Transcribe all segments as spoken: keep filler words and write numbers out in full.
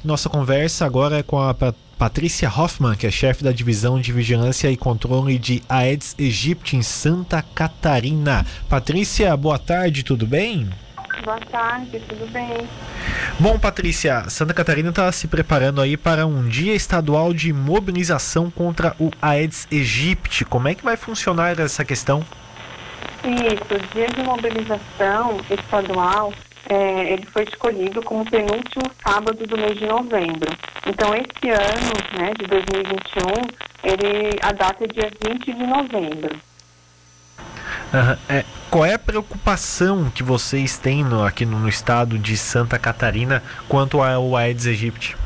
nossa conversa agora é com a Patrícia Hoffmann, que é chefe da Divisão de Vigilância e Controle de Aedes aegypti em Santa Catarina. Patrícia, boa tarde, tudo bem? Boa tarde, tudo bem? Bom, Patrícia, Santa Catarina está se preparando aí para um dia estadual de mobilização contra o Aedes aegypti. Como é que vai funcionar essa questão? Isso, o dia de mobilização estadual, é, ele foi escolhido como penúltimo sábado do mês de novembro. Então, esse ano, né, de dois mil e vinte e um, ele, a data é dia vinte de novembro. Uhum. É, qual é a preocupação que vocês têm no, aqui no, no estado de Santa Catarina quanto ao Aedes aegypti?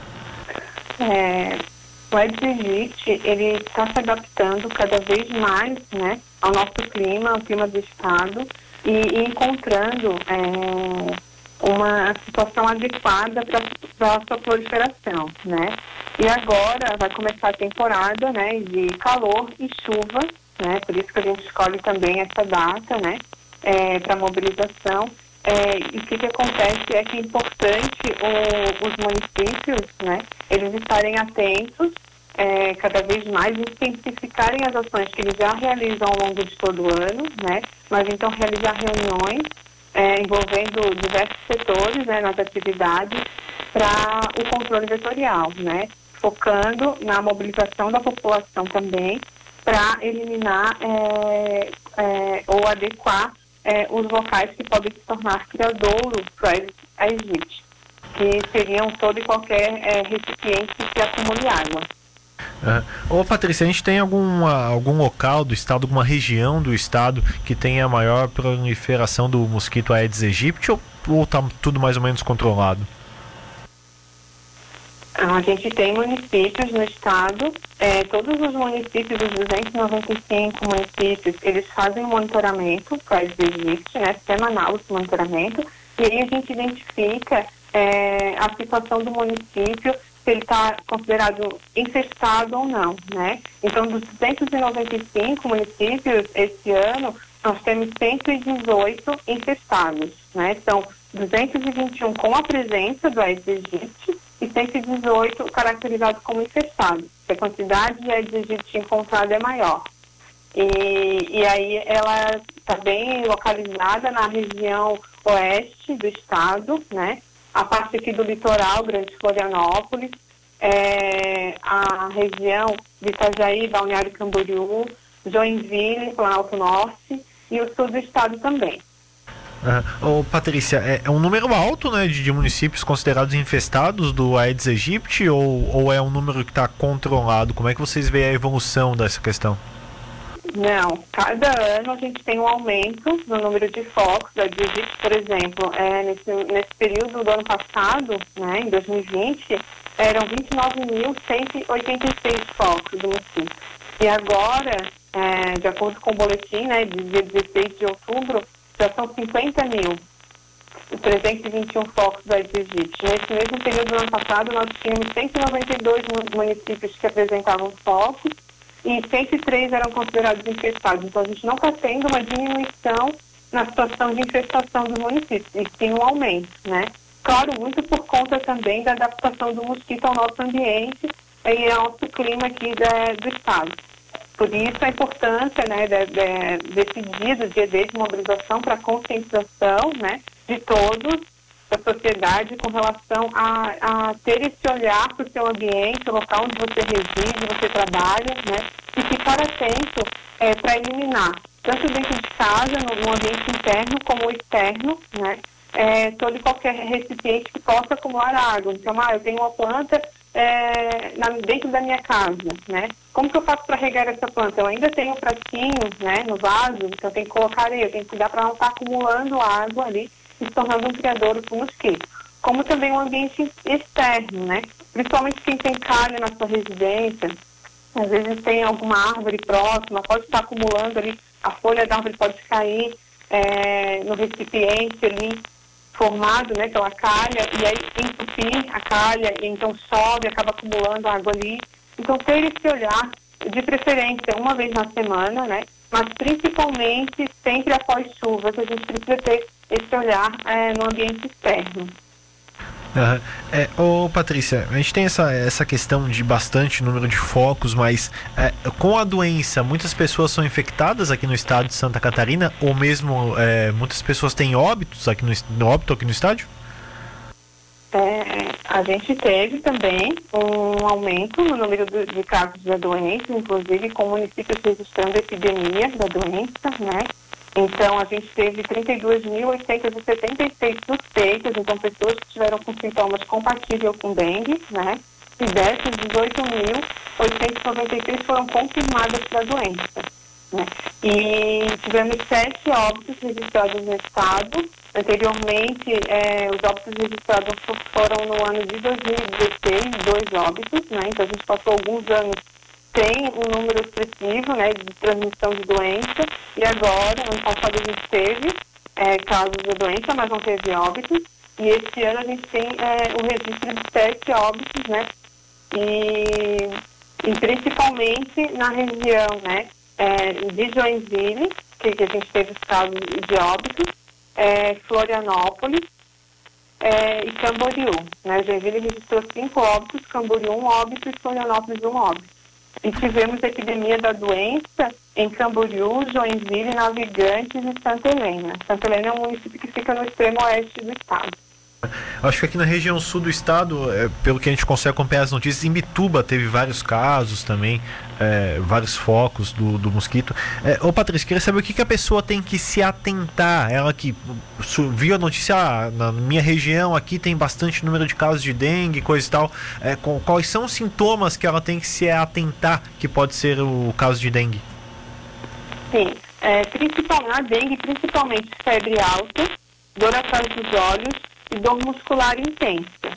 É, o Aedes aegypti, ele está se adaptando cada vez mais, né, ao nosso clima, ao clima do estado, e, e encontrando é, uma situação adequada para a sua proliferação, né? E agora vai começar a temporada, né, de calor e chuva, né? Por isso que a gente escolhe também essa data, né, é, para mobilização. É, e o que, que acontece é que é importante o, os municípios, né, eles estarem atentos, é, cada vez mais intensificarem as ações que eles já realizam ao longo de todo o ano, né, mas então realizar reuniões é, envolvendo diversos setores, né, nas atividades para o controle vetorial, né, focando na mobilização da população também para eliminar é, é, ou adequar É, os locais que podem se tornar criadouro para a Aedes aegypti, que seriam todo e qualquer é, recipiente que acumule água. Uhum. Ô Patrícia, a gente tem alguma, algum local do estado, alguma região do estado que tenha maior proliferação do mosquito Aedes aegypti ou está tudo mais ou menos controlado? A gente tem municípios no estado, é, todos os municípios, os duzentos e noventa e cinco municípios, eles fazem monitoramento para Aedes aegypti, né, semanal esse monitoramento, e aí a gente identifica é, a situação do município, se ele está considerado infestado ou não, né? Então, dos duzentos e noventa e cinco municípios, esse ano, nós temos cento e dezoito infestados, né? São duzentos e vinte e um com a presença do Aedes aegypti, e cento e dezoito caracterizados como infestados. A quantidade de Aedes aegypti encontrada é maior. E, e aí ela está bem localizada na região oeste do estado, né? A parte aqui do litoral, Grande Florianópolis, é, a região de Itajaí, Balneário Camboriú, Joinville, Planalto Norte e o sul do estado também. Uhum. Ô, Patrícia, é, é um número alto, né, de, de municípios considerados infestados do Aedes aegypti ou, ou é um número que está controlado? Como é que vocês veem a evolução dessa questão? Não, cada ano a gente tem um aumento no número de focos do Aedes aegypti, por exemplo, é, nesse, nesse período do ano passado, né, em dois mil e vinte, eram vinte e nove mil cento e oitenta e seis focos do mosquito. E agora, é, de acordo com o boletim, né, de dia dezesseis de outubro, já são cinquenta mil, trezentos e vinte e um focos do Aedes aegypti. Nesse mesmo período do ano passado, nós tínhamos cento e noventa e dois municípios que apresentavam focos e cento e três eram considerados infestados. Então, a gente não está tendo uma diminuição na situação de infestação dos municípios, e sim um aumento, né? Claro, muito por conta também da adaptação do mosquito ao nosso ambiente e ao nosso clima aqui da, do estado. Por isso a importância, né, de, de, desse dia, do dia D de mobilização para conscientização, né, de todos, da sociedade, com relação a, a ter esse olhar para o seu ambiente, o local onde você reside, você trabalha, né, e ficar atento é, para eliminar, tanto dentro de casa, no, no ambiente interno, como externo, né, é, todo e qualquer recipiente que possa acumular água. Então, ah, eu tenho uma planta É, na, dentro da minha casa, né? Como que eu faço para regar essa planta? Eu ainda tenho pratinhos, né, no vaso, então eu tenho que colocar areia, eu tenho que cuidar para não estar acumulando água ali e se tornando um criadouro para o mosquito. Como também um ambiente externo, né? Principalmente quem tem calha na sua residência, às vezes tem alguma árvore próxima, pode estar acumulando ali, a folha da árvore pode cair é, no recipiente ali, formado, né, pela calha, e aí entupir a calha, e então sobe, acaba acumulando água ali. Então, ter esse olhar, de preferência, uma vez na semana, né, mas principalmente sempre após chuvas, a gente precisa ter esse olhar é, no ambiente externo. Uhum. É, ô Patrícia, a gente tem essa, essa questão de bastante número de focos, mas é, com a doença, muitas pessoas são infectadas aqui no estado de Santa Catarina, ou mesmo é, muitas pessoas têm óbitos aqui no, no óbito aqui no estádio? É, a gente teve também um aumento no número de, de casos da doença, inclusive com municípios registrando epidemia da doença, né? Então, a gente teve trinta e duas mil oitocentos e setenta e seis suspeitas, então pessoas que tiveram com sintomas compatíveis com dengue, né? E dessas, dezoito mil oitocentos e noventa e três foram confirmadas para a doença, né? E tivemos sete óbitos registrados no estado. Anteriormente, eh, os óbitos registrados foram no ano de dois mil e dezesseis, dois óbitos, né? Então, a gente passou alguns anos tem um número expressivo, né, de transmissão de doença, e agora, ano passado a gente teve é, casos de doença, mas não teve óbitos, e este ano a gente tem é, o registro de sete óbitos, né, e, e principalmente na região, né, é, de Joinville, que, que a gente teve os casos de óbitos, é, Florianópolis, é, e Camboriú, né, Joinville registrou cinco óbitos, Camboriú um óbito e Florianópolis um óbito. E tivemos a epidemia da doença em Camboriú, Joinville, Navegantes e Santa Helena. Santa Helena é um município que fica no extremo oeste do estado. Acho que aqui na região sul do estado, é, pelo que a gente consegue acompanhar as notícias, em Bituba teve vários casos também, é, vários focos do, do mosquito. É, ô Patrícia, queria saber o que, que a pessoa tem que se atentar. Ela que viu a notícia, ah, na minha região aqui tem bastante número de casos de dengue, coisa e tal. É, com, quais são os sintomas que ela tem que se atentar que pode ser o caso de dengue? Sim, é, principalmente a dengue, principalmente febre alta, dor atrás dos olhos e dor muscular intensa.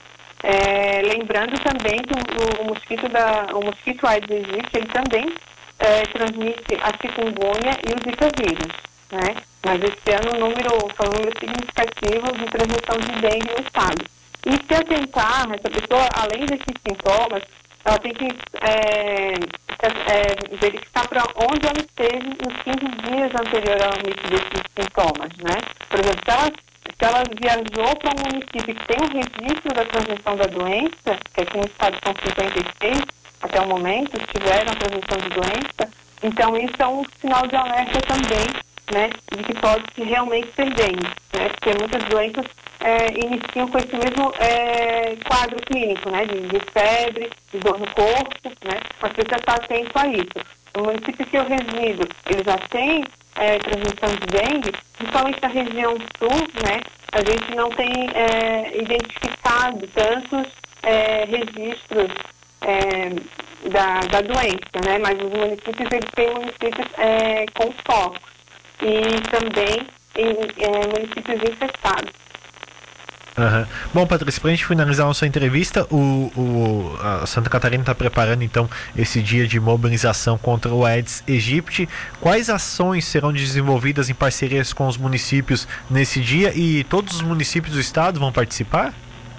É, lembrando também que o, o mosquito da, o mosquito Aedes aegypti, ele também é, transmite a chikungunya e o zika vírus, né? Mas esse ano o número foi um número significativo de transmissão de dengue no estado. E se atentar, essa pessoa, além desses sintomas, ela tem que é, é, verificar para onde ela esteve nos quinze dias anterior ao início desses sintomas, né? Por exemplo, se ela Se ela viajou para um município que tem um registro da transmissão da doença, que aqui no estado são cinquenta e seis até o momento, que tiveram a transmissão de doença, então isso é um sinal de alerta também, né, de que pode realmente ser dengue, né, porque muitas doenças é, iniciam com esse mesmo é, quadro clínico, né, de, de febre, de dor no corpo, né, mas precisa estar atento a isso. No município que eu resido, ele já tem É, transmissão de dengue, principalmente na região sul, né, a gente não tem é, identificado tantos é, registros é, da, da doença, né, mas os municípios, eles têm municípios é, com focos e também em é, municípios infestados. Uhum. Bom, Patrícia, para a gente finalizar a nossa entrevista, o, o, a Santa Catarina está preparando então esse dia de mobilização contra o Aedes aegypti. Quais ações serão desenvolvidas em parcerias com os municípios nesse dia, e todos os municípios do estado vão participar?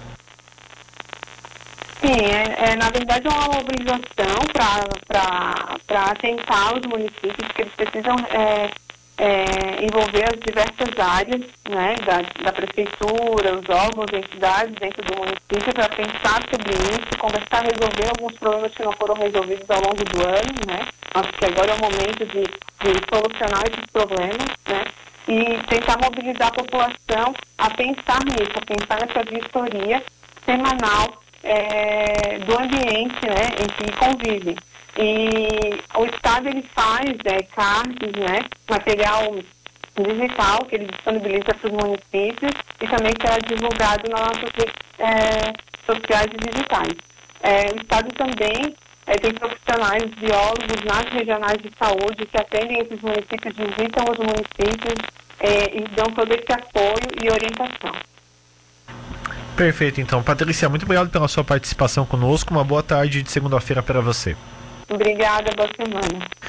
Sim, é, é, na verdade é uma mobilização para atentar os municípios, que eles precisam é, É, envolver as diversas áreas, né, da, da prefeitura, os órgãos, entidades dentro do município para pensar sobre isso, conversar, resolver alguns problemas que não foram resolvidos ao longo do ano, né? Acho que agora é o momento de, de solucionar esses problemas, né? E tentar mobilizar a população a pensar nisso, a pensar nessa vistoria semanal é, do ambiente, né, em que convivem. E o estado, ele faz é, cards, né, material digital que ele disponibiliza para os municípios e também será divulgado nas nossas redes é, sociais e digitais. É, o estado também é, tem profissionais, biólogos nas regionais de saúde que atendem esses municípios, visitam os municípios é, e dão todo esse apoio e orientação. Perfeito, então. Patrícia, muito obrigado pela sua participação conosco. Uma boa tarde de segunda-feira para você. Obrigada, boa semana.